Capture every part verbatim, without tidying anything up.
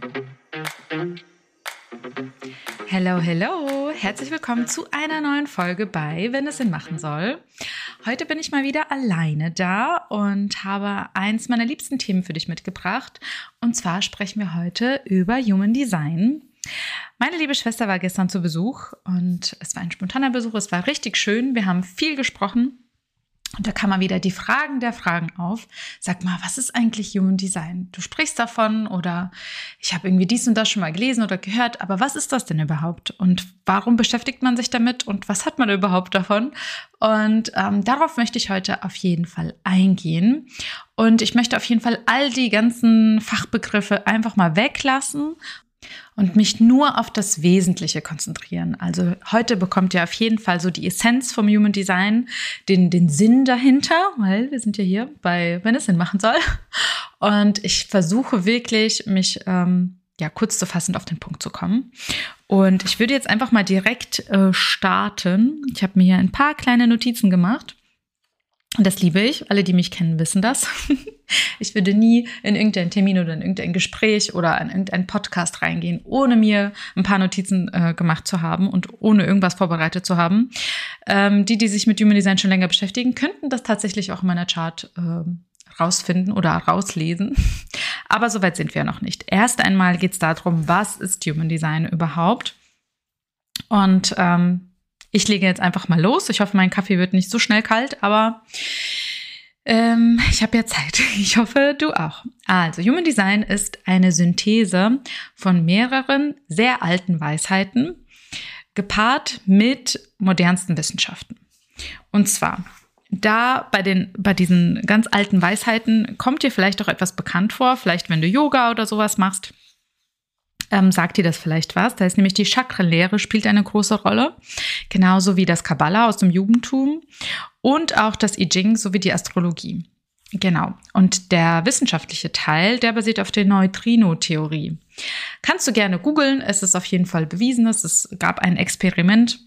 Hello, hello! Herzlich willkommen zu einer neuen Folge bei Wenn es Sinn machen soll. Heute bin ich mal wieder alleine da und habe eins meiner liebsten Themen für dich mitgebracht. Und zwar sprechen wir heute über Human Design. Meine liebe Schwester war gestern zu Besuch und es war ein spontaner Besuch. Es war richtig schön. Wir haben viel gesprochen. Und da kam mal wieder die Fragen der Fragen auf. Sag mal, was ist eigentlich Human Design? Du sprichst davon oder ich habe irgendwie dies und das schon mal gelesen oder gehört, aber was ist das denn überhaupt? Und warum beschäftigt man sich damit und was hat man überhaupt davon? Und ähm, darauf möchte ich heute auf jeden Fall eingehen. Und ich möchte auf jeden Fall all die ganzen Fachbegriffe einfach mal weglassen und mich nur auf das Wesentliche konzentrieren. Also heute bekommt ihr auf jeden Fall so die Essenz vom Human Design, den, den Sinn dahinter, weil wir sind ja hier bei Wenn es Sinn machen soll. Und ich versuche wirklich, mich ähm, ja kurz zu fassen, auf den Punkt zu kommen. Und ich würde jetzt einfach mal direkt äh, starten. Ich habe mir hier ein paar kleine Notizen gemacht. Und das liebe ich. Alle, die mich kennen, wissen das. Ich würde nie in irgendeinen Termin oder in irgendein Gespräch oder in irgendeinen Podcast reingehen, ohne mir ein paar Notizen äh, gemacht zu haben und ohne irgendwas vorbereitet zu haben. Ähm, die, die sich mit Human Design schon länger beschäftigen, könnten das tatsächlich auch in meiner Chart äh, rausfinden oder rauslesen. Aber soweit sind wir noch nicht. Erst einmal geht es darum, was ist Human Design überhaupt? Und ähm, ich lege jetzt einfach mal los. Ich hoffe, mein Kaffee wird nicht so schnell kalt, aber ähm, ich habe ja Zeit. Ich hoffe, du auch. Also, Human Design ist eine Synthese von mehreren sehr alten Weisheiten, gepaart mit modernsten Wissenschaften. Und zwar, da bei den bei diesen ganz alten Weisheiten kommt dir vielleicht auch etwas bekannt vor, vielleicht wenn du Yoga oder sowas machst. Ähm, sagt dir das vielleicht was? Da ist nämlich die Chakrenlehre spielt eine große Rolle, genauso wie das Kabbala aus dem Judentum und auch das I Ching sowie die Astrologie. Genau. Und der wissenschaftliche Teil, der basiert auf der Neutrino-Theorie. Kannst du gerne googeln, es ist auf jeden Fall bewiesen, es gab ein Experiment.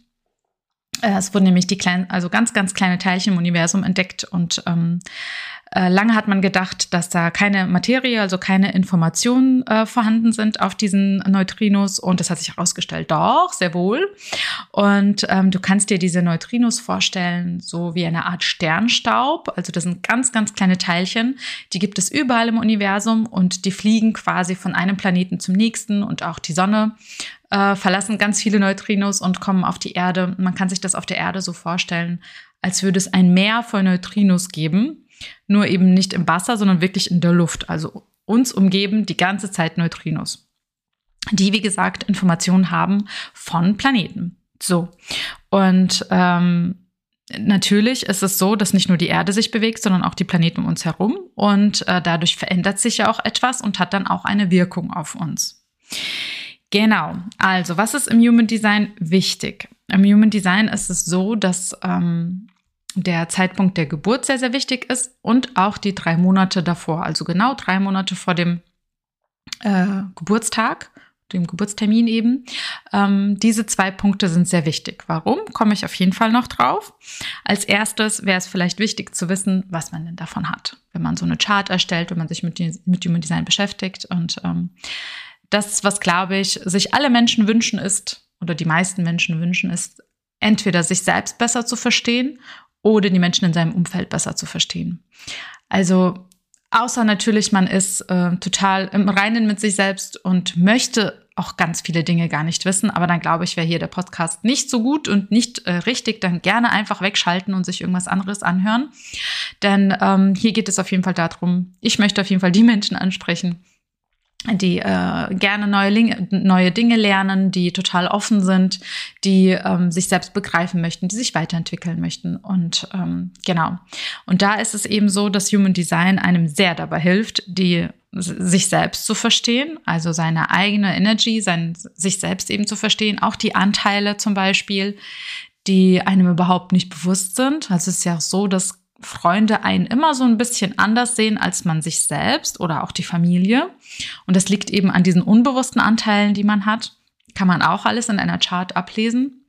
Es wurden nämlich die kleinen, also ganz, ganz kleine Teilchen im Universum entdeckt und ähm, äh, lange hat man gedacht, dass da keine Materie, also keine Informationen äh, vorhanden sind auf diesen Neutrinos und das hat sich herausgestellt, doch, sehr wohl. Und ähm, du kannst dir diese Neutrinos vorstellen, so wie eine Art Sternstaub, also das sind ganz, ganz kleine Teilchen, die gibt es überall im Universum und die fliegen quasi von einem Planeten zum nächsten und auch die Sonne Äh, verlassen ganz viele Neutrinos und kommen auf die Erde. Man kann sich das auf der Erde so vorstellen, als würde es ein Meer von Neutrinos geben, nur eben nicht im Wasser, sondern wirklich in der Luft. Also uns umgeben die ganze Zeit Neutrinos, die, wie gesagt, Informationen haben von Planeten. So, und ähm, natürlich ist es so, dass nicht nur die Erde sich bewegt, sondern auch die Planeten um uns herum. Und äh, dadurch verändert sich ja auch etwas und hat dann auch eine Wirkung auf uns. Genau, also was ist im Human Design wichtig? Im Human Design ist es so, dass ähm, der Zeitpunkt der Geburt sehr, sehr wichtig ist und auch die drei Monate davor, also genau drei Monate vor dem äh, Geburtstag, dem Geburtstermin eben. Ähm, diese zwei Punkte sind sehr wichtig. Warum? Komme ich auf jeden Fall noch drauf. Als erstes wäre es vielleicht wichtig zu wissen, was man denn davon hat, wenn man so eine Chart erstellt, wenn man sich mit, mit Human Design beschäftigt und ähm, das, was, glaube ich, sich alle Menschen wünschen ist, oder die meisten Menschen wünschen ist, entweder sich selbst besser zu verstehen oder die Menschen in seinem Umfeld besser zu verstehen. Also außer natürlich, man ist äh, total im Reinen mit sich selbst und möchte auch ganz viele Dinge gar nicht wissen, aber dann glaube ich, wäre hier der Podcast nicht so gut und nicht äh, richtig, dann gerne einfach wegschalten und sich irgendwas anderes anhören. Denn ähm, hier geht es auf jeden Fall darum, ich möchte auf jeden Fall die Menschen ansprechen, die äh, gerne neue, neue Dinge lernen, die total offen sind, die ähm, sich selbst begreifen möchten, die sich weiterentwickeln möchten. Und ähm, genau. Und da ist es eben so, dass Human Design einem sehr dabei hilft, die sich selbst zu verstehen, also seine eigene Energy, sein, sich selbst eben zu verstehen, auch die Anteile zum Beispiel, die einem überhaupt nicht bewusst sind. Also es ist ja auch so, dass Freunde einen immer so ein bisschen anders sehen als man sich selbst oder auch die Familie. Und das liegt eben an diesen unbewussten Anteilen, die man hat. Kann man auch alles in einer Chart ablesen.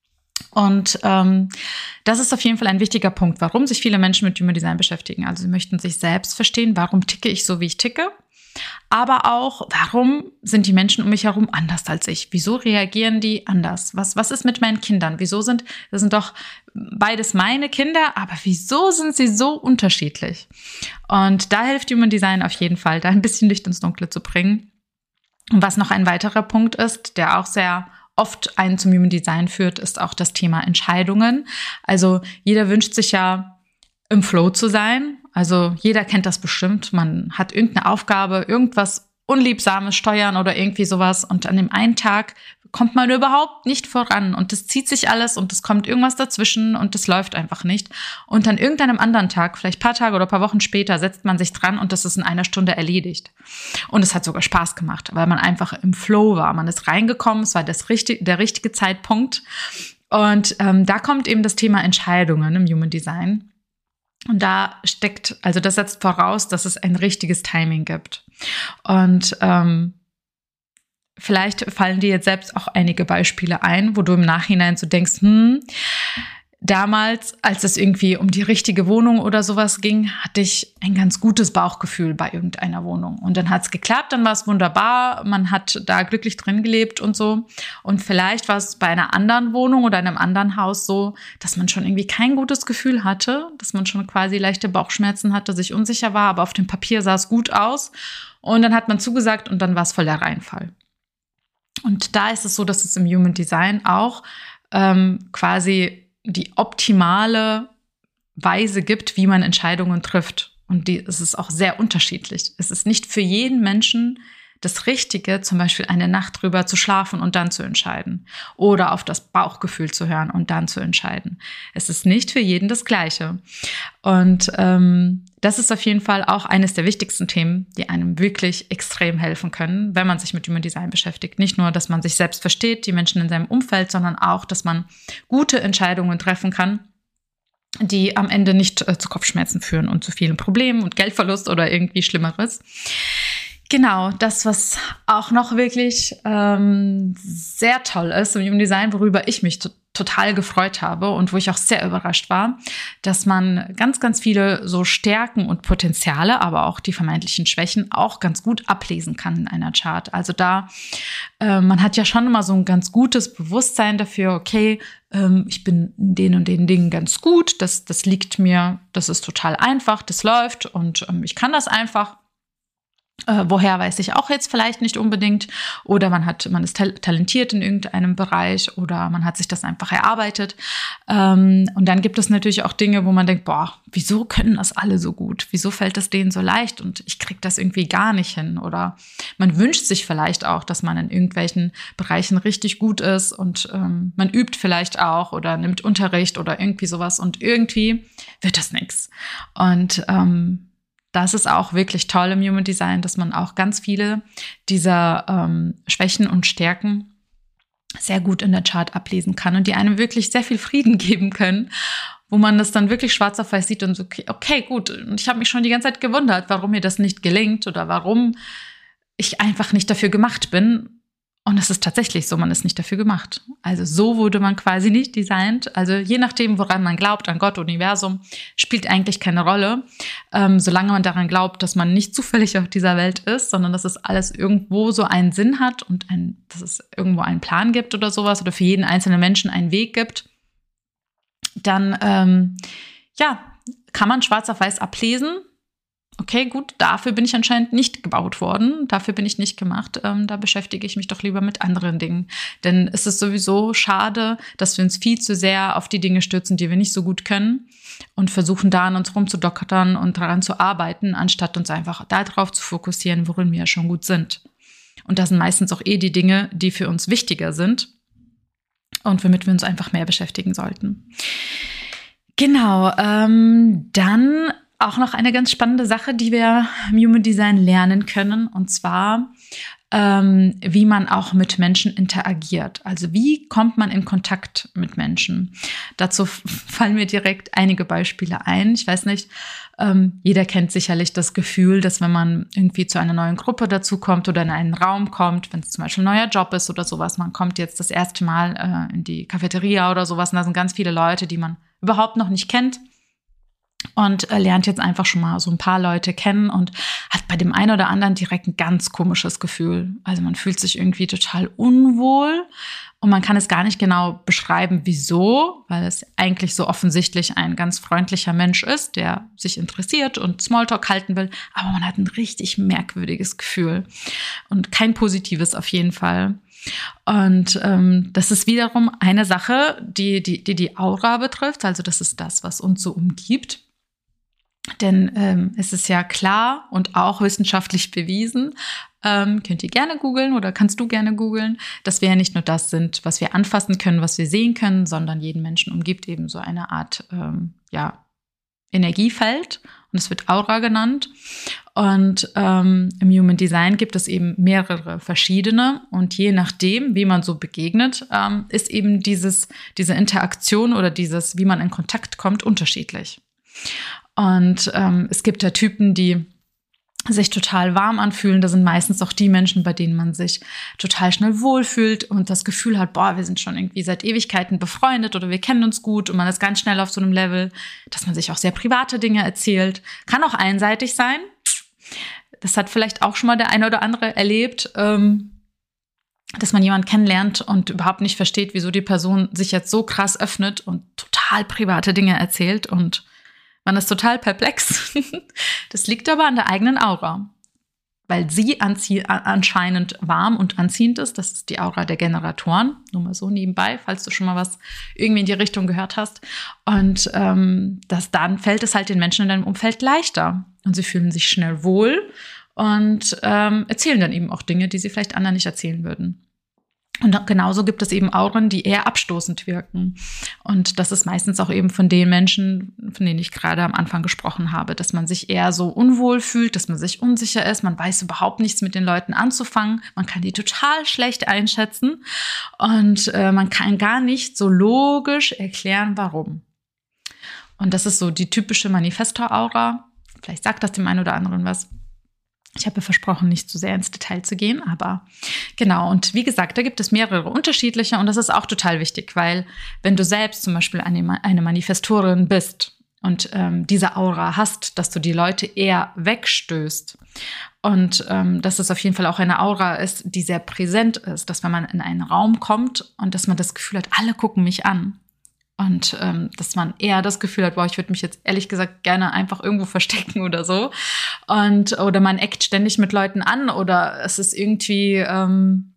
Und ähm, das ist auf jeden Fall ein wichtiger Punkt, warum sich viele Menschen mit Human Design beschäftigen. Also sie möchten sich selbst verstehen, warum ticke ich so, wie ich ticke. aber auch, warum sind die Menschen um mich herum anders als ich? Wieso reagieren die anders? Was, was ist mit meinen Kindern? Wieso sind, das sind doch beides meine Kinder, aber wieso sind sie so unterschiedlich? Und da hilft Human Design auf jeden Fall, da ein bisschen Licht ins Dunkle zu bringen. Und was noch ein weiterer Punkt ist, der auch sehr oft einen zum Human Design führt, ist auch das Thema Entscheidungen. Also jeder wünscht sich ja, im Flow zu sein. Also jeder kennt das bestimmt. Man hat irgendeine Aufgabe, irgendwas Unliebsames steuern oder irgendwie sowas. Und an dem einen Tag kommt man überhaupt nicht voran. Und das zieht sich alles und es kommt irgendwas dazwischen und das läuft einfach nicht. Und an irgendeinem anderen Tag, vielleicht ein paar Tage oder ein paar Wochen später, setzt man sich dran und das ist in einer Stunde erledigt. Und es hat sogar Spaß gemacht, weil man einfach im Flow war. Man ist reingekommen, es war das richtig, der richtige Zeitpunkt. Und ähm, da kommt eben das Thema Entscheidungen im Human Design. Und da steckt, also das setzt voraus, dass es ein richtiges Timing gibt. Und ähm, vielleicht fallen dir jetzt selbst auch einige Beispiele ein, wo du im Nachhinein so denkst, hm, damals, als es irgendwie um die richtige Wohnung oder sowas ging, hatte ich ein ganz gutes Bauchgefühl bei irgendeiner Wohnung. Und dann hat es geklappt, dann war es wunderbar, man hat da glücklich drin gelebt und so. Und vielleicht war es bei einer anderen Wohnung oder einem anderen Haus so, dass man schon irgendwie kein gutes Gefühl hatte, dass man schon quasi leichte Bauchschmerzen hatte, sich unsicher war, aber auf dem Papier sah es gut aus. Und dann hat man zugesagt und dann war es voll der Reinfall. Und da ist es so, dass es im Human Design auch ähm, quasi die optimale Weise gibt, wie man Entscheidungen trifft. Und die, es ist auch sehr unterschiedlich. Es ist nicht für jeden Menschen das Richtige, zum Beispiel eine Nacht drüber zu schlafen und dann zu entscheiden. Oder auf das Bauchgefühl zu hören und dann zu entscheiden. Es ist nicht für jeden das Gleiche. Und ähm, das ist auf jeden Fall auch eines der wichtigsten Themen, die einem wirklich extrem helfen können, wenn man sich mit Human Design beschäftigt. Nicht nur, dass man sich selbst versteht, die Menschen in seinem Umfeld, sondern auch, dass man gute Entscheidungen treffen kann, die am Ende nicht äh, zu Kopfschmerzen führen und zu vielen Problemen und Geldverlust oder irgendwie Schlimmeres. Genau, das, was auch noch wirklich ähm, sehr toll ist im Human Design, worüber ich mich to- total gefreut habe und wo ich auch sehr überrascht war, dass man ganz, ganz viele so Stärken und Potenziale, aber auch die vermeintlichen Schwächen auch ganz gut ablesen kann in einer Chart. Also da, äh, man hat ja schon immer so ein ganz gutes Bewusstsein dafür, okay, ähm, ich bin in den und den Dingen ganz gut, das, das liegt mir, das ist total einfach, das läuft und ähm, ich kann das einfach. Äh, woher weiß ich auch jetzt vielleicht nicht unbedingt. Oder man hat, man ist tal- talentiert in irgendeinem Bereich oder man hat sich das einfach erarbeitet. Ähm, und dann gibt es natürlich auch Dinge, wo man denkt, boah, wieso können das alle so gut? Wieso fällt das denen so leicht? Und ich krieg das irgendwie gar nicht hin. Oder man wünscht sich vielleicht auch, dass man in irgendwelchen Bereichen richtig gut ist und ähm, man übt vielleicht auch oder nimmt Unterricht oder irgendwie sowas und irgendwie wird das nichts. Und ähm, das ist auch wirklich toll im Human Design, dass man auch ganz viele dieser ähm, Schwächen und Stärken sehr gut in der Chart ablesen kann und die einem wirklich sehr viel Frieden geben können, wo man das dann wirklich schwarz auf weiß sieht und so, okay, okay gut, und ich habe mich schon die ganze Zeit gewundert, warum mir das nicht gelingt oder warum ich einfach nicht dafür gemacht bin. Und es ist tatsächlich so, man ist nicht dafür gemacht. Also so wurde man quasi nicht designt. Also je nachdem, woran man glaubt, an Gott, Universum, spielt eigentlich keine Rolle. Ähm, solange man daran glaubt, dass man nicht zufällig auf dieser Welt ist, sondern dass es alles irgendwo so einen Sinn hat und ein, dass es irgendwo einen Plan gibt oder sowas oder für jeden einzelnen Menschen einen Weg gibt, dann ähm, ja, kann man schwarz auf weiß ablesen. Okay, gut, dafür bin ich anscheinend nicht gebaut worden, dafür bin ich nicht gemacht, ähm, da beschäftige ich mich doch lieber mit anderen Dingen. Denn es ist sowieso schade, dass wir uns viel zu sehr auf die Dinge stürzen, die wir nicht so gut können und versuchen da an uns rumzudoktern und daran zu arbeiten, anstatt uns einfach darauf zu fokussieren, worin wir ja schon gut sind. Und das sind meistens auch eh die Dinge, die für uns wichtiger sind und womit wir uns einfach mehr beschäftigen sollten. Genau, ähm, dann auch noch eine ganz spannende Sache, die wir im Human Design lernen können, und zwar, ähm, wie man auch mit Menschen interagiert. Also wie kommt man in Kontakt mit Menschen? Dazu fallen mir direkt einige Beispiele ein. Ich weiß nicht, ähm, jeder kennt sicherlich das Gefühl, dass wenn man irgendwie zu einer neuen Gruppe dazukommt oder in einen Raum kommt, wenn es zum Beispiel ein neuer Job ist oder sowas, man kommt jetzt das erste Mal äh, in die Cafeteria oder sowas und da sind ganz viele Leute, die man überhaupt noch nicht kennt. und äh, lernt jetzt einfach schon mal so ein paar Leute kennen und hat bei dem einen oder anderen direkt ein ganz komisches Gefühl. Also man fühlt sich irgendwie total unwohl und man kann es gar nicht genau beschreiben, wieso, weil es eigentlich so offensichtlich ein ganz freundlicher Mensch ist, der sich interessiert und Smalltalk halten will, aber man hat ein richtig merkwürdiges Gefühl und kein positives auf jeden Fall. Und ähm, das ist wiederum eine Sache, die, die die die Aura betrifft, also das ist das, was uns so umgibt. Denn ähm, es ist ja klar und auch wissenschaftlich bewiesen, ähm, könnt ihr gerne googeln oder kannst du gerne googeln, dass wir ja nicht nur das sind, was wir anfassen können, was wir sehen können, sondern jeden Menschen umgibt eben so eine Art ähm, ja, Energiefeld und es wird Aura genannt. Und ähm, im Human Design gibt es eben mehrere verschiedene und je nachdem, wie man so begegnet, ähm, ist eben dieses, diese Interaktion oder dieses, wie man in Kontakt kommt, unterschiedlich. Und ähm, es gibt ja Typen, die sich total warm anfühlen. Das sind meistens auch die Menschen, bei denen man sich total schnell wohlfühlt und das Gefühl hat, boah, wir sind schon irgendwie seit Ewigkeiten befreundet oder wir kennen uns gut und man ist ganz schnell auf so einem Level, dass man sich auch sehr private Dinge erzählt. Kann auch einseitig sein. Das hat vielleicht auch schon mal der eine oder andere erlebt, ähm, dass man jemanden kennenlernt und überhaupt nicht versteht, wieso die Person sich jetzt so krass öffnet und total private Dinge erzählt und man ist total perplex. Das liegt aber an der eigenen Aura, weil sie anzie- anscheinend warm und anziehend ist. Das ist die Aura der Generatoren. Nur mal so nebenbei, falls du schon mal was irgendwie in die Richtung gehört hast. Und ähm, das, dann fällt es halt den Menschen in deinem Umfeld leichter. Und sie fühlen sich schnell wohl und ähm, erzählen dann eben auch Dinge, die sie vielleicht anderen nicht erzählen würden. Und genauso gibt es eben Auren, die eher abstoßend wirken. Und das ist meistens auch eben von den Menschen, von denen ich gerade am Anfang gesprochen habe, dass man sich eher so unwohl fühlt, dass man sich unsicher ist, man weiß überhaupt nichts mit den Leuten anzufangen, man kann die total schlecht einschätzen und äh, man kann gar nicht so logisch erklären, warum. Und das ist so die typische Manifestor-Aura. Vielleicht sagt das dem einen oder anderen was. Ich habe mir versprochen, nicht zu sehr ins Detail zu gehen, aber genau. Und wie gesagt, da gibt es mehrere unterschiedliche und das ist auch total wichtig, weil wenn du selbst zum Beispiel eine, eine Manifestorin bist und ähm, diese Aura hast, dass du die Leute eher wegstößt und ähm, dass es auf jeden Fall auch eine Aura ist, die sehr präsent ist, dass wenn man in einen Raum kommt und dass man das Gefühl hat, alle gucken mich an. Und ähm, dass man eher das Gefühl hat, boah, ich würde mich jetzt ehrlich gesagt gerne einfach irgendwo verstecken oder so. Und oder man eckt ständig mit Leuten an oder es ist irgendwie, ähm,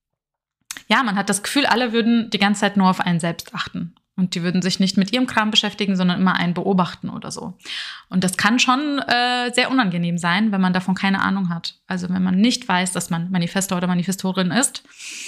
ja, man hat das Gefühl, alle würden die ganze Zeit nur auf einen selbst achten. Und die würden sich nicht mit ihrem Kram beschäftigen, sondern immer einen beobachten oder so. Und das kann schon äh, sehr unangenehm sein, wenn man davon keine Ahnung hat. Also wenn man nicht weiß, dass man Manifestor oder Manifestorin ist,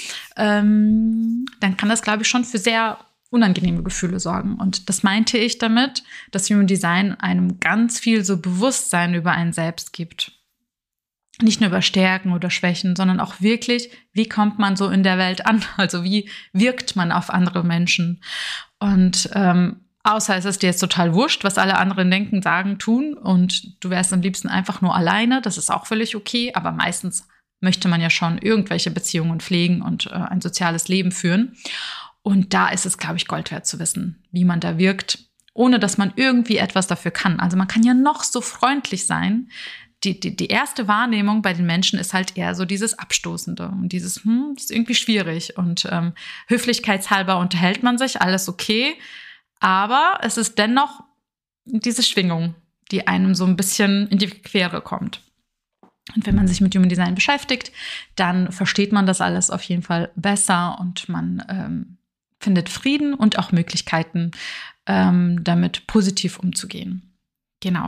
ähm, dann kann das, glaube ich, schon für sehr unangenehme Gefühle sorgen. Und das meinte ich damit, dass Human Design einem ganz viel so Bewusstsein über einen selbst gibt. Nicht nur über Stärken oder Schwächen, sondern auch wirklich, wie kommt man so in der Welt an? Also wie wirkt man auf andere Menschen? Und ähm, außer es ist dir jetzt total wurscht, was alle anderen denken, sagen, tun und du wärst am liebsten einfach nur alleine, das ist auch völlig okay, aber meistens möchte man ja schon irgendwelche Beziehungen pflegen und äh, ein soziales Leben führen. Und da ist es, glaube ich, Gold wert zu wissen, wie man da wirkt, ohne dass man irgendwie etwas dafür kann. Also man kann ja noch so freundlich sein. Die, die, die erste Wahrnehmung bei den Menschen ist halt eher so dieses Abstoßende und dieses, hm, das ist irgendwie schwierig. Und ähm, höflichkeitshalber unterhält man sich, alles okay. Aber es ist dennoch diese Schwingung, die einem so ein bisschen in die Quere kommt. Und wenn man sich mit Human Design beschäftigt, dann versteht man das alles auf jeden Fall besser und man ähm, findet Frieden und auch Möglichkeiten, ähm, damit positiv umzugehen. Genau.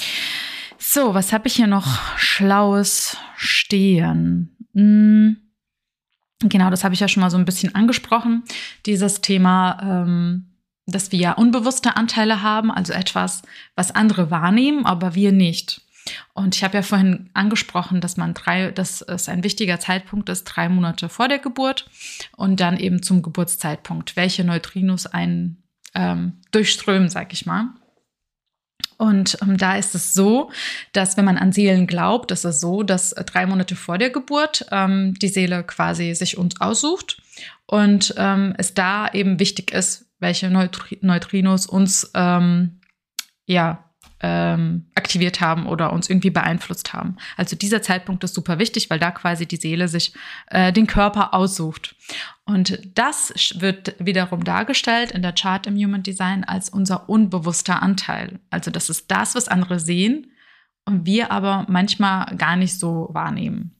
So, was habe ich hier noch Schlaues stehen? Hm, genau, das habe ich ja schon mal so ein bisschen angesprochen. Dieses Thema, ähm, dass wir ja unbewusste Anteile haben, also etwas, was andere wahrnehmen, aber wir nicht. Und ich habe ja vorhin angesprochen, dass man drei, dass es ein wichtiger Zeitpunkt ist, drei Monate vor der Geburt und dann eben zum Geburtszeitpunkt, welche Neutrinos einen ähm, durchströmen, sag ich mal. Und ähm, da ist es so, dass wenn man an Seelen glaubt, ist es so, dass äh, drei Monate vor der Geburt ähm, die Seele quasi sich uns aussucht und ähm, es da eben wichtig ist, welche Neutri- Neutrinos uns ähm, ja ähm, aktiviert haben oder uns irgendwie beeinflusst haben. Also dieser Zeitpunkt ist super wichtig, weil da quasi die Seele sich äh, den Körper aussucht. Und das wird wiederum dargestellt in der Chart im Human Design als unser unbewusster Anteil. Also das ist das, was andere sehen und wir aber manchmal gar nicht so wahrnehmen.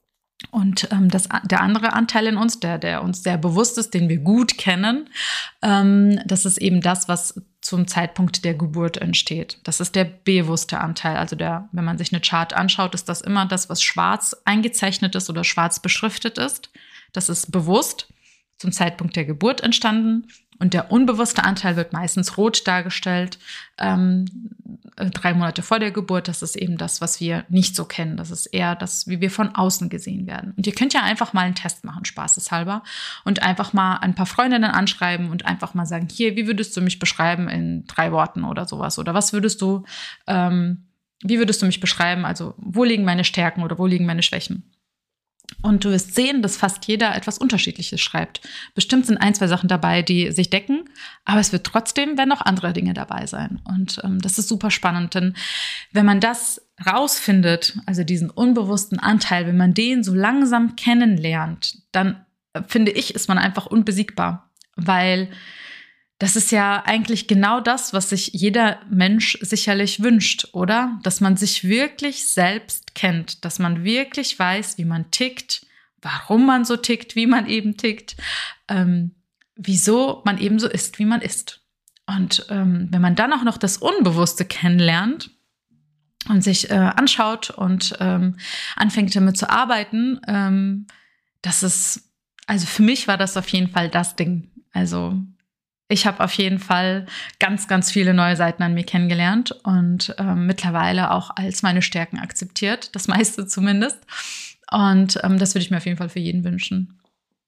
Und ähm, das, der andere Anteil in uns, der, der uns sehr bewusst ist, den wir gut kennen, ähm, das ist eben das, was zum Zeitpunkt der Geburt entsteht. Das ist der bewusste Anteil. Also der, wenn man sich eine Chart anschaut, ist das immer das, was schwarz eingezeichnet ist oder schwarz beschriftet ist. Das ist bewusst zum Zeitpunkt der Geburt entstanden. Und der unbewusste Anteil wird meistens rot dargestellt, ähm, drei Monate vor der Geburt. Das ist eben das, was wir nicht so kennen. Das ist eher das, wie wir von außen gesehen werden. Und ihr könnt ja einfach mal einen Test machen, spaßeshalber, und einfach mal ein paar Freundinnen anschreiben und einfach mal sagen, hier, wie würdest du mich beschreiben in drei Worten oder sowas? Oder was würdest du, ähm, wie würdest du mich beschreiben? Also wo liegen meine Stärken oder wo liegen meine Schwächen? Und du wirst sehen, dass fast jeder etwas Unterschiedliches schreibt. Bestimmt sind ein, zwei Sachen dabei, die sich decken, aber es wird trotzdem, werden noch andere Dinge dabei sein. Und ähm, das ist super spannend, denn wenn man das rausfindet, also diesen unbewussten Anteil, wenn man den so langsam kennenlernt, dann äh, finde ich, ist man einfach unbesiegbar, weil das ist ja eigentlich genau das, was sich jeder Mensch sicherlich wünscht, oder? Dass man sich wirklich selbst kennt, dass man wirklich weiß, wie man tickt, warum man so tickt, wie man eben tickt, ähm, wieso man eben so ist, wie man ist. Und ähm, wenn man dann auch noch das Unbewusste kennenlernt und sich äh, anschaut und ähm, anfängt damit zu arbeiten, ähm, das ist, also für mich war das auf jeden Fall das Ding. Also ich habe auf jeden Fall ganz, ganz viele neue Seiten an mir kennengelernt und ähm, mittlerweile auch als meine Stärken akzeptiert, das meiste zumindest. Und ähm, das würde ich mir auf jeden Fall für jeden wünschen.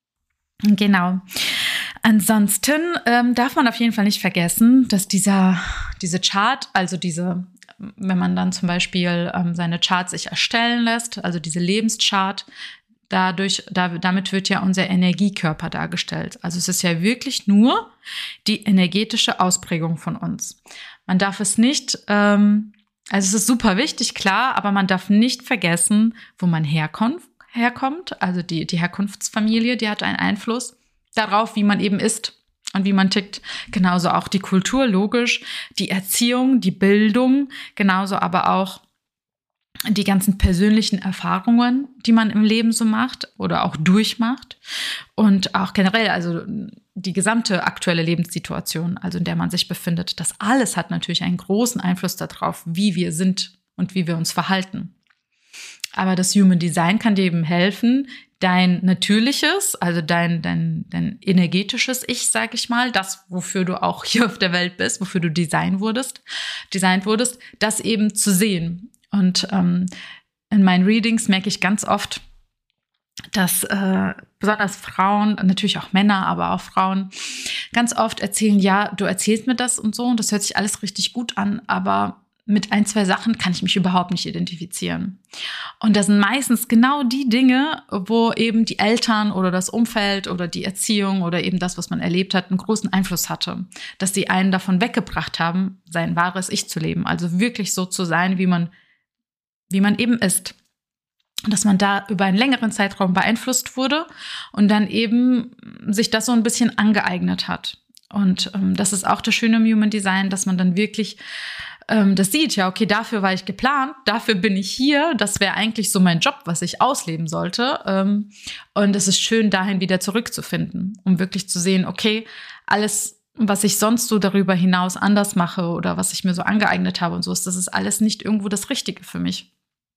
Genau. Ansonsten ähm, darf man auf jeden Fall nicht vergessen, dass dieser, diese Chart, also diese, wenn man dann zum Beispiel ähm, seine Chart sich erstellen lässt, also diese Lebenschart, Dadurch, da, damit wird ja unser Energiekörper dargestellt. Also es ist ja wirklich nur die energetische Ausprägung von uns. Man darf es nicht, ähm, also es ist super wichtig, klar, aber man darf nicht vergessen, wo man herkommt. herkommt. Also die, die Herkunftsfamilie, die hat einen Einfluss darauf, wie man eben ist und wie man tickt. Genauso auch die Kultur, logisch, die Erziehung, die Bildung, genauso aber auch die ganzen persönlichen Erfahrungen, die man im Leben so macht oder auch durchmacht und auch generell, also die gesamte aktuelle Lebenssituation, also in der man sich befindet, das alles hat natürlich einen großen Einfluss darauf, wie wir sind und wie wir uns verhalten. Aber das Human Design kann dir eben helfen, dein natürliches, also dein, dein, dein energetisches Ich, sag ich mal, das, wofür du auch hier auf der Welt bist, wofür du design wurdest, designt wurdest, das eben zu sehen. Und ähm, in meinen Readings merke ich ganz oft, dass äh, besonders Frauen, natürlich auch Männer, aber auch Frauen, ganz oft erzählen, ja, du erzählst mir das und so und das hört sich alles richtig gut an, aber mit ein, zwei Sachen kann ich mich überhaupt nicht identifizieren. Und das sind meistens genau die Dinge, wo eben die Eltern oder das Umfeld oder die Erziehung oder eben das, was man erlebt hat, einen großen Einfluss hatte. Dass sie einen davon weggebracht haben, sein wahres Ich zu leben. Also wirklich so zu sein, wie man, wie man eben ist. Und dass man da über einen längeren Zeitraum beeinflusst wurde und dann eben sich das so ein bisschen angeeignet hat. Und ähm, das ist auch das Schöne im Human Design, dass man dann wirklich ähm, das sieht, ja, okay, dafür war ich geplant, dafür bin ich hier, das wäre eigentlich so mein Job, was ich ausleben sollte. Ähm, und es ist schön, dahin wieder zurückzufinden, um wirklich zu sehen, okay, alles, was ich sonst so darüber hinaus anders mache oder was ich mir so angeeignet habe und so, ist das ist alles nicht irgendwo das Richtige für mich.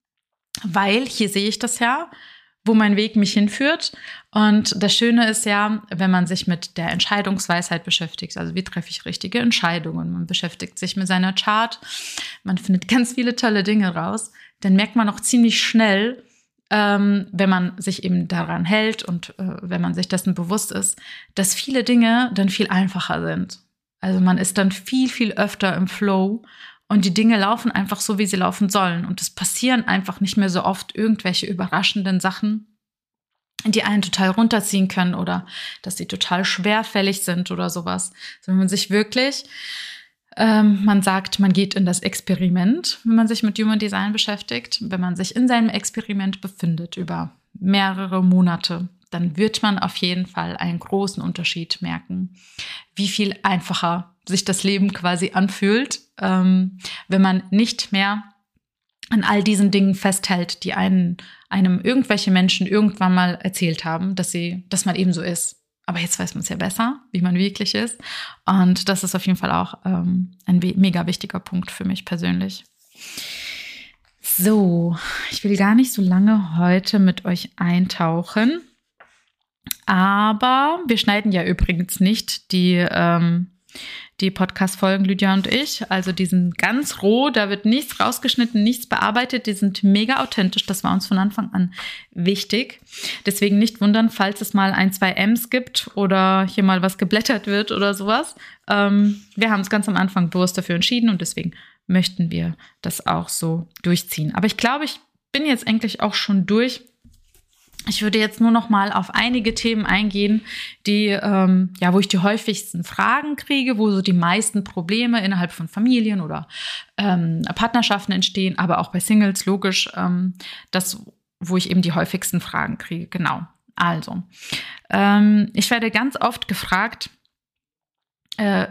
Weil hier sehe ich das ja, wo mein Weg mich hinführt. Und das Schöne ist ja, wenn man sich mit der Entscheidungsweisheit beschäftigt, also wie treffe ich richtige Entscheidungen, man beschäftigt sich mit seiner Chart, man findet ganz viele tolle Dinge raus, dann merkt man auch ziemlich schnell, ähm, wenn man sich eben daran hält und äh, wenn man sich dessen bewusst ist, dass viele Dinge dann viel einfacher sind. Also man ist dann viel, viel öfter im Flow. Und die Dinge laufen einfach so, wie sie laufen sollen. Und es passieren einfach nicht mehr so oft irgendwelche überraschenden Sachen, die einen total runterziehen können oder dass sie total schwerfällig sind oder sowas. Sondern man sich wirklich Ähm, man sagt, man geht in das Experiment, wenn man sich mit Human Design beschäftigt. Wenn man sich in seinem Experiment befindet über mehrere Monate, dann wird man auf jeden Fall einen großen Unterschied merken, wie viel einfacher sich das Leben quasi anfühlt, ähm, wenn man nicht mehr an all diesen Dingen festhält, die einen, einem irgendwelche Menschen irgendwann mal erzählt haben, dass sie, dass man eben so ist. Aber jetzt weiß man es ja besser, wie man wirklich ist. Und das ist auf jeden Fall auch ähm, ein we- mega wichtiger Punkt für mich persönlich. So, ich will gar nicht so lange heute mit euch eintauchen. Aber wir schneiden ja übrigens nicht die, ähm, die Podcast-Folgen, Lydia und ich. Also die sind ganz roh, da wird nichts rausgeschnitten, nichts bearbeitet. Die sind mega authentisch, das war uns von Anfang an wichtig. Deswegen nicht wundern, falls es mal ein, zwei M's gibt oder hier mal was geblättert wird oder sowas. Ähm, wir haben uns ganz am Anfang bewusst dafür entschieden und deswegen möchten wir das auch so durchziehen. Aber ich glaube, ich bin jetzt eigentlich auch schon durch. Ich würde jetzt nur noch mal auf einige Themen eingehen, die, ähm, ja, wo ich die häufigsten Fragen kriege, wo so die meisten Probleme innerhalb von Familien oder ähm, Partnerschaften entstehen, aber auch bei Singles, logisch, ähm, das, wo ich eben die häufigsten Fragen kriege. Genau. Also, ähm, ich werde ganz oft gefragt, äh,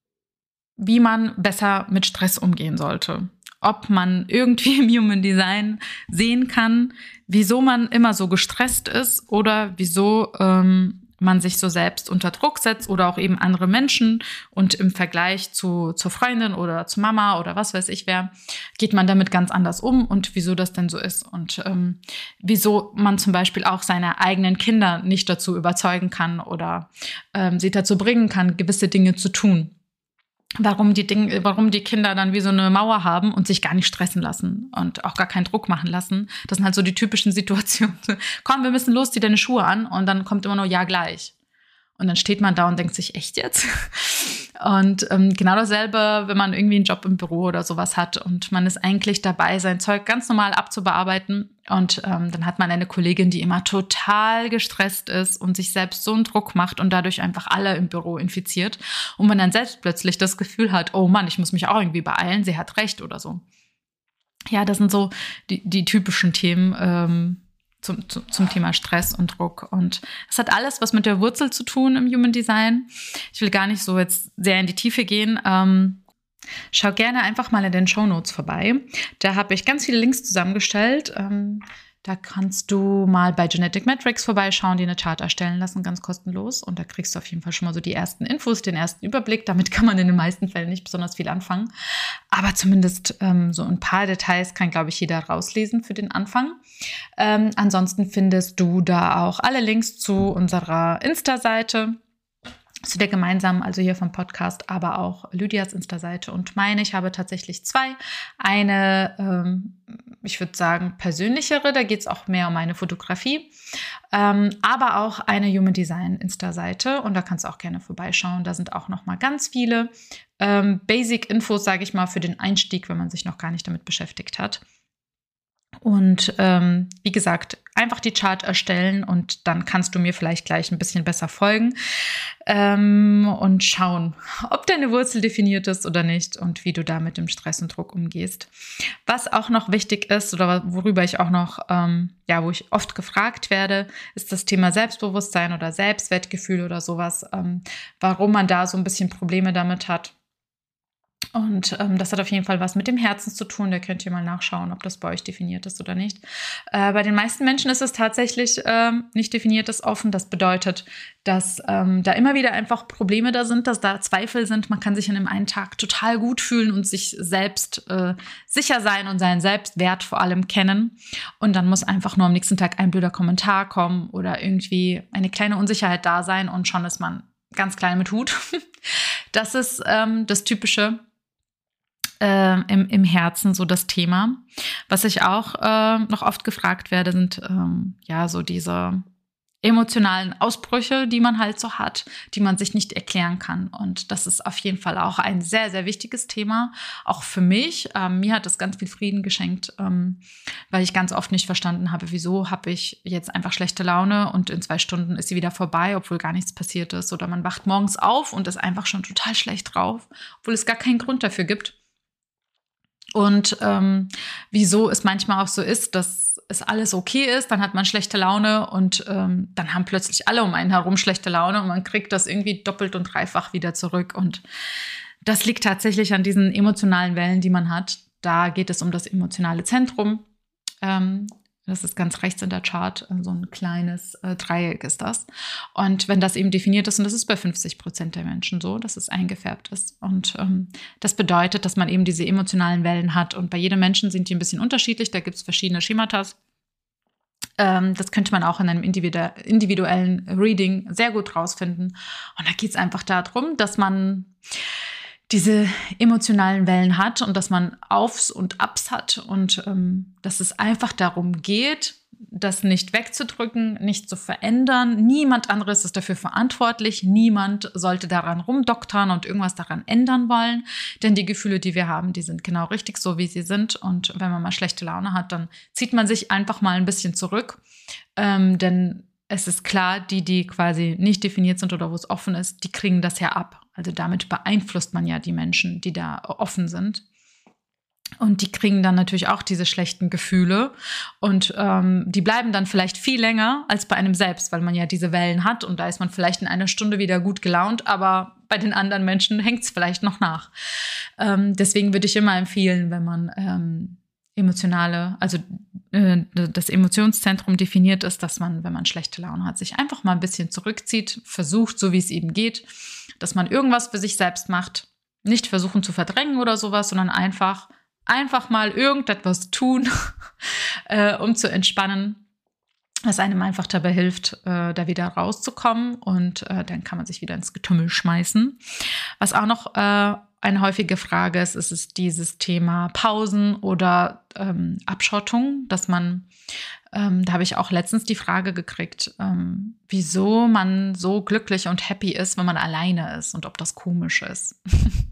wie man besser mit Stress umgehen sollte. Ob man irgendwie im Human Design sehen kann, wieso man immer so gestresst ist oder wieso ähm, man sich so selbst unter Druck setzt oder auch eben andere Menschen und im Vergleich zu zur Freundin oder zu Mama oder was weiß ich wer, geht man damit ganz anders um und wieso das denn so ist und ähm, wieso man zum Beispiel auch seine eigenen Kinder nicht dazu überzeugen kann oder ähm, sie dazu bringen kann, gewisse Dinge zu tun. Warum die Dinge, warum die Kinder dann wie so eine Mauer haben und sich gar nicht stressen lassen und auch gar keinen Druck machen lassen. Das sind halt so die typischen Situationen. Komm, wir müssen los, zieh deine Schuhe an und dann kommt immer nur ja gleich. Und dann steht man da und denkt sich, echt jetzt? Und ähm, genau dasselbe, wenn man irgendwie einen Job im Büro oder sowas hat und man ist eigentlich dabei, sein Zeug ganz normal abzubearbeiten. Und ähm, dann hat man eine Kollegin, die immer total gestresst ist und sich selbst so einen Druck macht und dadurch einfach alle im Büro infiziert. Und man dann selbst plötzlich das Gefühl hat, oh Mann, ich muss mich auch irgendwie beeilen, sie hat recht oder so. Ja, das sind so die, die typischen Themen, ähm, Zum, zum, zum Thema Stress und Druck. Und es hat alles was mit der Wurzel zu tun im Human Design. Ich will gar nicht so jetzt sehr in die Tiefe gehen. Ähm, schau gerne einfach mal in den Shownotes vorbei. Da habe ich ganz viele Links zusammengestellt. Ähm, da kannst du mal bei Genetic Metrics vorbeischauen, die eine Chart erstellen lassen, ganz kostenlos. Und da kriegst du auf jeden Fall schon mal so die ersten Infos, den ersten Überblick. Damit kann man in den meisten Fällen nicht besonders viel anfangen. Aber zumindest ähm, so ein paar Details kann, glaube ich, jeder rauslesen für den Anfang. Ähm, ansonsten findest du da auch alle Links zu unserer Insta-Seite, zu der gemeinsamen, also hier vom Podcast, aber auch Lydias Insta-Seite und meine. Ich habe tatsächlich zwei. Eine, ähm, ich würde sagen, persönlichere, da geht es auch mehr um meine Fotografie, ähm, aber auch eine Human Design Insta-Seite und da kannst du auch gerne vorbeischauen. Da sind auch noch mal ganz viele ähm, Basic-Infos, sage ich mal, für den Einstieg, wenn man sich noch gar nicht damit beschäftigt hat. Und ähm, wie gesagt, einfach die Chart erstellen und dann kannst du mir vielleicht gleich ein bisschen besser folgen ähm, und schauen, ob deine Wurzel definiert ist oder nicht und wie du da mit dem Stress und Druck umgehst. Was auch noch wichtig ist oder worüber ich auch noch, ähm, ja, wo ich oft gefragt werde, ist das Thema Selbstbewusstsein oder Selbstwertgefühl oder sowas, ähm, warum man da so ein bisschen Probleme damit hat. Und ähm, das hat auf jeden Fall was mit dem Herzen zu tun. Da könnt ihr mal nachschauen, ob das bei euch definiert ist oder nicht. Äh, bei den meisten Menschen ist es tatsächlich ähm, nicht definiert, ist offen. Das bedeutet, dass ähm, da immer wieder einfach Probleme da sind, dass da Zweifel sind. Man kann sich an dem einen Tag total gut fühlen und sich selbst äh, sicher sein und seinen Selbstwert vor allem kennen. Und dann muss einfach nur am nächsten Tag ein blöder Kommentar kommen oder irgendwie eine kleine Unsicherheit da sein und schon ist man ganz klein mit Hut. Das ist ähm, das Typische. Äh, im, im Herzen so das Thema. Was ich auch äh, noch oft gefragt werde, sind ähm, ja so diese emotionalen Ausbrüche, die man halt so hat, die man sich nicht erklären kann. Und das ist auf jeden Fall auch ein sehr, sehr wichtiges Thema, auch für mich. Ähm, mir hat das ganz viel Frieden geschenkt, ähm, weil ich ganz oft nicht verstanden habe, wieso habe ich jetzt einfach schlechte Laune und in zwei Stunden ist sie wieder vorbei, obwohl gar nichts passiert ist. Oder man wacht morgens auf und ist einfach schon total schlecht drauf, obwohl es gar keinen Grund dafür gibt. Und ähm, wieso es manchmal auch so ist, dass es alles okay ist, dann hat man schlechte Laune und ähm, dann haben plötzlich alle um einen herum schlechte Laune und man kriegt das irgendwie doppelt und dreifach wieder zurück. Und das liegt tatsächlich an diesen emotionalen Wellen, die man hat. Da geht es um das emotionale Zentrum. Ähm, das ist ganz rechts in der Chart, so ein kleines äh, Dreieck ist das. Und wenn das eben definiert ist, und das ist bei fünfzig Prozent der Menschen so, dass es eingefärbt ist. Und ähm, das bedeutet, dass man eben diese emotionalen Wellen hat. Und bei jedem Menschen sind die ein bisschen unterschiedlich. Da gibt es verschiedene Schematas. Ähm, das könnte man auch in einem individu- individuellen Reading sehr gut rausfinden. Und da geht es einfach darum, dass man diese emotionalen Wellen hat und dass man Aufs und Abs hat und ähm, dass es einfach darum geht, das nicht wegzudrücken, nicht zu verändern. Niemand anderes ist dafür verantwortlich. Niemand sollte daran rumdoktern und irgendwas daran ändern wollen. Denn die Gefühle, die wir haben, die sind genau richtig so, wie sie sind. Und wenn man mal schlechte Laune hat, dann zieht man sich einfach mal ein bisschen zurück. Ähm, denn es ist klar, die, die quasi nicht definiert sind oder wo es offen ist, die kriegen das ja ab. Also damit beeinflusst man ja die Menschen, die da offen sind. Und die kriegen dann natürlich auch diese schlechten Gefühle. Und ähm, die bleiben dann vielleicht viel länger als bei einem selbst, weil man ja diese Wellen hat. Und da ist man vielleicht in einer Stunde wieder gut gelaunt, aber bei den anderen Menschen hängt es vielleicht noch nach. Ähm, deswegen würde ich immer empfehlen, wenn man ähm, emotionale, also äh, das Emotionszentrum definiert ist, dass man, wenn man schlechte Laune hat, sich einfach mal ein bisschen zurückzieht, versucht, so wie es eben geht, dass man irgendwas für sich selbst macht, nicht versuchen zu verdrängen oder sowas, sondern einfach, einfach mal irgendetwas tun, äh, um zu entspannen, was einem einfach dabei hilft, äh, da wieder rauszukommen und äh, dann kann man sich wieder ins Getümmel schmeißen. Was auch noch äh, eine häufige Frage ist, ist es dieses Thema Pausen oder ähm, Abschottung, dass man, ähm, da habe ich auch letztens die Frage gekriegt, ähm, wieso man so glücklich und happy ist, wenn man alleine ist und ob das komisch ist.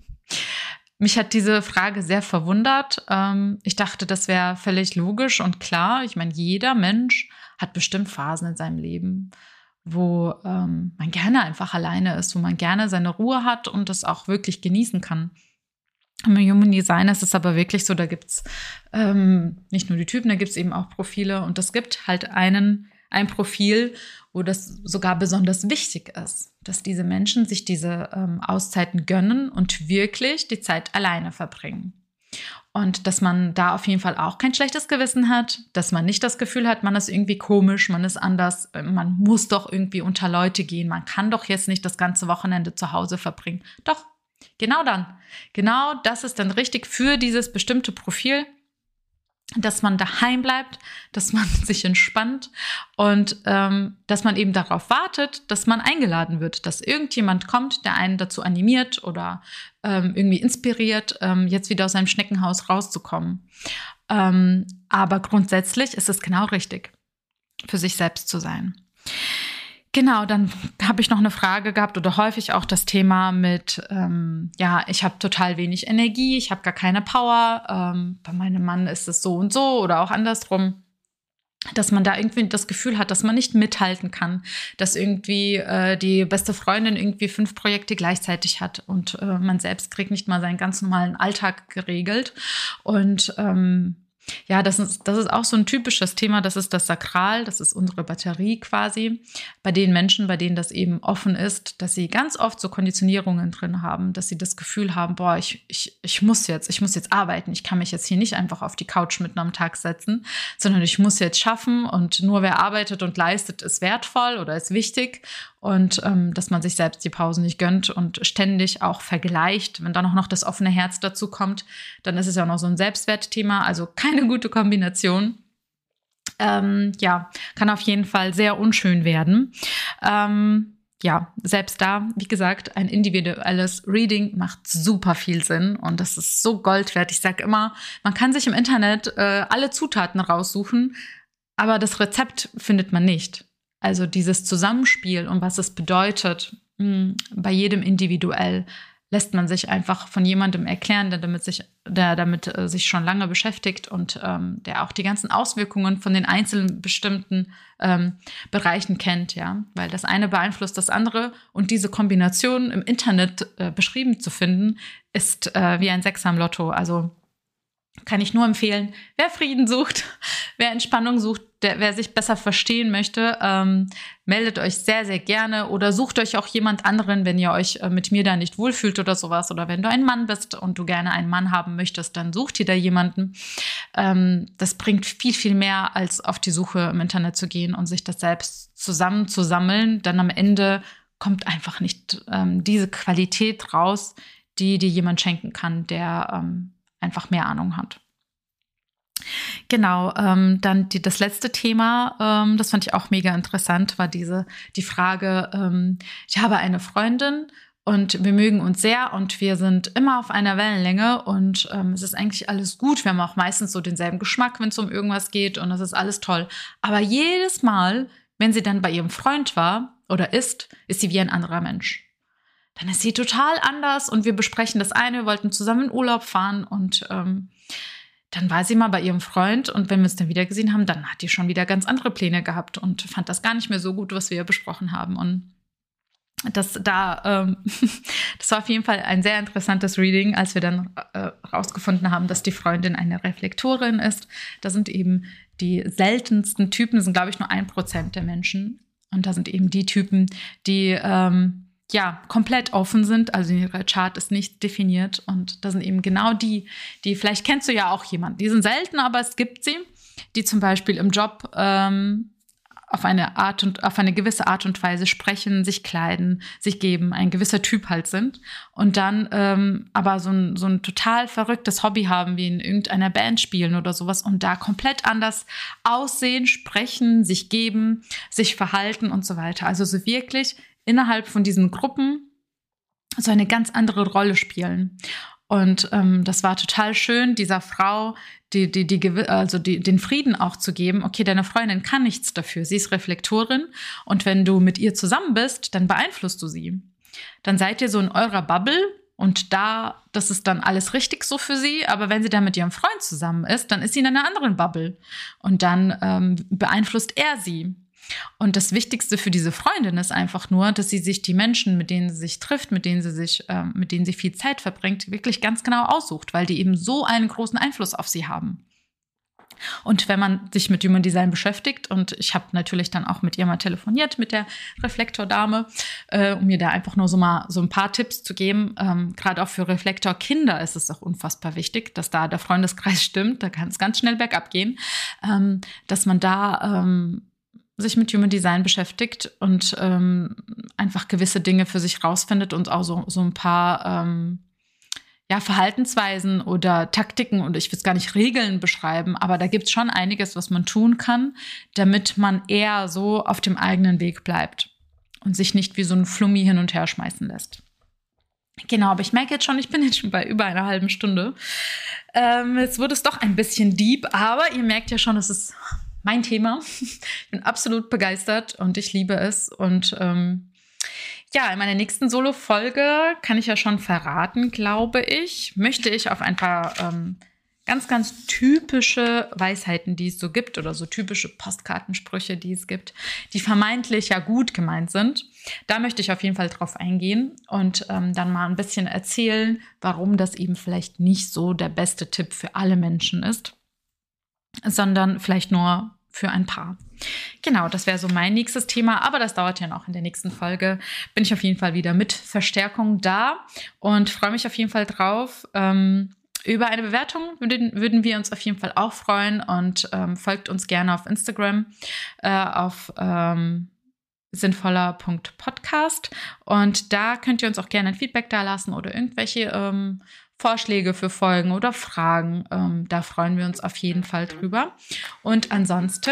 Mich hat diese Frage sehr verwundert. Ähm, ich dachte, das wäre völlig logisch und klar. Ich meine, jeder Mensch hat bestimmt Phasen in seinem Leben, wo ähm, man gerne einfach alleine ist, wo man gerne seine Ruhe hat und das auch wirklich genießen kann. Im Human Design ist es aber wirklich so, da gibt es ähm, nicht nur die Typen, da gibt es eben auch Profile und es gibt halt einen, ein Profil, wo das sogar besonders wichtig ist, dass diese Menschen sich diese ähm, Auszeiten gönnen und wirklich die Zeit alleine verbringen. Und dass man da auf jeden Fall auch kein schlechtes Gewissen hat, dass man nicht das Gefühl hat, man ist irgendwie komisch, man ist anders, man muss doch irgendwie unter Leute gehen, man kann doch jetzt nicht das ganze Wochenende zu Hause verbringen. Doch, genau dann. Genau das ist dann richtig für dieses bestimmte Profil, dass man daheim bleibt, dass man sich entspannt und ähm, dass man eben darauf wartet, dass man eingeladen wird, dass irgendjemand kommt, der einen dazu animiert oder ähm, irgendwie inspiriert, ähm, jetzt wieder aus seinem Schneckenhaus rauszukommen. Ähm, aber grundsätzlich ist es genau richtig, für sich selbst zu sein. Genau, dann habe ich noch eine Frage gehabt oder häufig auch das Thema mit, ähm, ja, ich habe total wenig Energie, ich habe gar keine Power, ähm, bei meinem Mann ist es so und so oder auch andersrum, dass man da irgendwie das Gefühl hat, dass man nicht mithalten kann, dass irgendwie äh, die beste Freundin irgendwie fünf Projekte gleichzeitig hat und äh, man selbst kriegt nicht mal seinen ganz normalen Alltag geregelt und ähm, ja, das ist, das ist auch so ein typisches Thema, das ist das Sakral, das ist unsere Batterie quasi, bei den Menschen, bei denen das eben offen ist, dass sie ganz oft so Konditionierungen drin haben, dass sie das Gefühl haben, boah, ich, ich, ich muss jetzt, ich muss jetzt arbeiten, ich kann mich jetzt hier nicht einfach auf die Couch mitten am Tag setzen, sondern ich muss jetzt schaffen und nur wer arbeitet und leistet, ist wertvoll oder ist wichtig und ähm, dass man sich selbst die Pausen nicht gönnt und ständig auch vergleicht. Wenn dann auch noch das offene Herz dazu kommt, dann ist es ja auch noch so ein Selbstwertthema, also keine gute Kombination. Ähm, ja, kann auf jeden Fall sehr unschön werden. Ähm, ja, selbst da, wie gesagt, ein individuelles Reading macht super viel Sinn und das ist so Gold wert. Ich sage immer, man kann sich im Internet äh, alle Zutaten raussuchen, aber das Rezept findet man nicht. Also dieses Zusammenspiel und was es bedeutet, mh, bei jedem individuell, lässt man sich einfach von jemandem erklären, der damit sich, der damit äh, sich schon lange beschäftigt und ähm, der auch die ganzen Auswirkungen von den einzelnen bestimmten ähm, Bereichen kennt, ja, weil das eine beeinflusst das andere und diese Kombination im Internet äh, beschrieben zu finden, ist äh, wie ein Sechser im Lotto. Also kann ich nur empfehlen, wer Frieden sucht, wer Entspannung sucht, der, wer sich besser verstehen möchte, ähm, meldet euch sehr, sehr gerne oder sucht euch auch jemand anderen, wenn ihr euch äh, mit mir da nicht wohlfühlt oder sowas. Oder wenn du ein Mann bist und du gerne einen Mann haben möchtest, dann such dir da jemanden. Ähm, das bringt viel, viel mehr, als auf die Suche im Internet zu gehen und sich das selbst zusammenzusammeln. Dann am Ende kommt einfach nicht ähm, diese Qualität raus, die dir jemand schenken kann, der ähm, einfach mehr Ahnung hat. Genau, ähm, dann die, das letzte Thema, ähm, das fand ich auch mega interessant, war diese die Frage, ähm, ich habe eine Freundin und wir mögen uns sehr und wir sind immer auf einer Wellenlänge und ähm, es ist eigentlich alles gut. Wir haben auch meistens so denselben Geschmack, wenn es um irgendwas geht und das ist alles toll. Aber jedes Mal, wenn sie dann bei ihrem Freund war oder ist, ist sie wie ein anderer Mensch. Dann ist sie total anders und wir besprechen das eine, wir wollten zusammen in Urlaub fahren und ähm, dann war sie mal bei ihrem Freund und wenn wir uns dann wieder gesehen haben, dann hat die schon wieder ganz andere Pläne gehabt und fand das gar nicht mehr so gut, was wir besprochen haben. Und das da, ähm, das war auf jeden Fall ein sehr interessantes Reading, als wir dann äh, rausgefunden haben, dass die Freundin eine Reflektorin ist. Da sind eben die seltensten Typen, das sind glaube ich nur ein Prozent der Menschen und da sind eben die Typen, die ähm, ja, komplett offen sind, also ihre Chart ist nicht definiert und das sind eben genau die, die, vielleicht kennst du ja auch jemanden, die sind selten, aber es gibt sie, die zum Beispiel im Job ähm, auf eine Art und auf eine gewisse Art und Weise sprechen, sich kleiden, sich geben, ein gewisser Typ halt sind und dann ähm, aber so ein, so ein total verrücktes Hobby haben, wie in irgendeiner Band spielen oder sowas und da komplett anders aussehen, sprechen, sich geben, sich verhalten und so weiter. Also so wirklich innerhalb von diesen Gruppen so eine ganz andere Rolle spielen. Und ähm, das war total schön, dieser Frau die, die, die, also die, den Frieden auch zu geben. Okay, deine Freundin kann nichts dafür. Sie ist Reflektorin und wenn du mit ihr zusammen bist, dann beeinflusst du sie. Dann seid ihr so in eurer Bubble und da, das ist dann alles richtig so für sie. Aber wenn sie dann mit ihrem Freund zusammen ist, dann ist sie in einer anderen Bubble und dann ähm, beeinflusst er sie. Und das Wichtigste für diese Freundin ist einfach nur, dass sie sich die Menschen, mit denen sie sich trifft, mit denen sie sich, äh, mit denen sie viel Zeit verbringt, wirklich ganz genau aussucht, weil die eben so einen großen Einfluss auf sie haben. Und wenn man sich mit Human Design beschäftigt, und ich habe natürlich dann auch mit ihr mal telefoniert, mit der Reflektordame, äh, um mir da einfach nur so mal so ein paar Tipps zu geben. Ähm, gerade auch für Reflektorkinder ist es auch unfassbar wichtig, dass da der Freundeskreis stimmt. Da kann es ganz schnell bergab gehen, ähm, dass man da ähm, sich mit Human Design beschäftigt und ähm, einfach gewisse Dinge für sich rausfindet und auch so, so ein paar ähm, ja, Verhaltensweisen oder Taktiken und ich will es gar nicht Regeln beschreiben, aber da gibt es schon einiges, was man tun kann, damit man eher so auf dem eigenen Weg bleibt und sich nicht wie so ein Flummi hin und her schmeißen lässt. Genau, aber ich merke jetzt schon, ich bin jetzt schon bei über einer halben Stunde. Ähm, jetzt wurde es doch ein bisschen deep, aber ihr merkt ja schon, es ist mein Thema. Ich bin absolut begeistert und ich liebe es. Und ähm, ja, in meiner nächsten Solo-Folge kann ich ja schon verraten, glaube ich, möchte ich auf ein paar ähm, ganz, ganz typische Weisheiten, die es so gibt oder so typische Postkartensprüche, die es gibt, die vermeintlich ja gut gemeint sind. Da möchte ich auf jeden Fall drauf eingehen und ähm, dann mal ein bisschen erzählen, warum das eben vielleicht nicht so der beste Tipp für alle Menschen ist, sondern vielleicht nur für ein paar. Genau, das wäre so mein nächstes Thema, aber das dauert ja noch. In der nächsten Folge bin ich auf jeden Fall wieder mit Verstärkung da und freue mich auf jeden Fall drauf. Ähm, über eine Bewertung würden, würden wir uns auf jeden Fall auch freuen und ähm, folgt uns gerne auf Instagram äh, auf ähm, sinnvoller Punkt podcast und da könnt ihr uns auch gerne ein Feedback dalassen oder irgendwelche ähm, Vorschläge für Folgen oder Fragen. Ähm, da freuen wir uns auf jeden Fall drüber. Und ansonsten,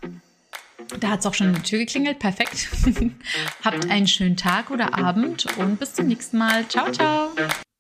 da hat es auch schon in der Tür geklingelt. Perfekt. Habt einen schönen Tag oder Abend und bis zum nächsten Mal. Ciao, ciao.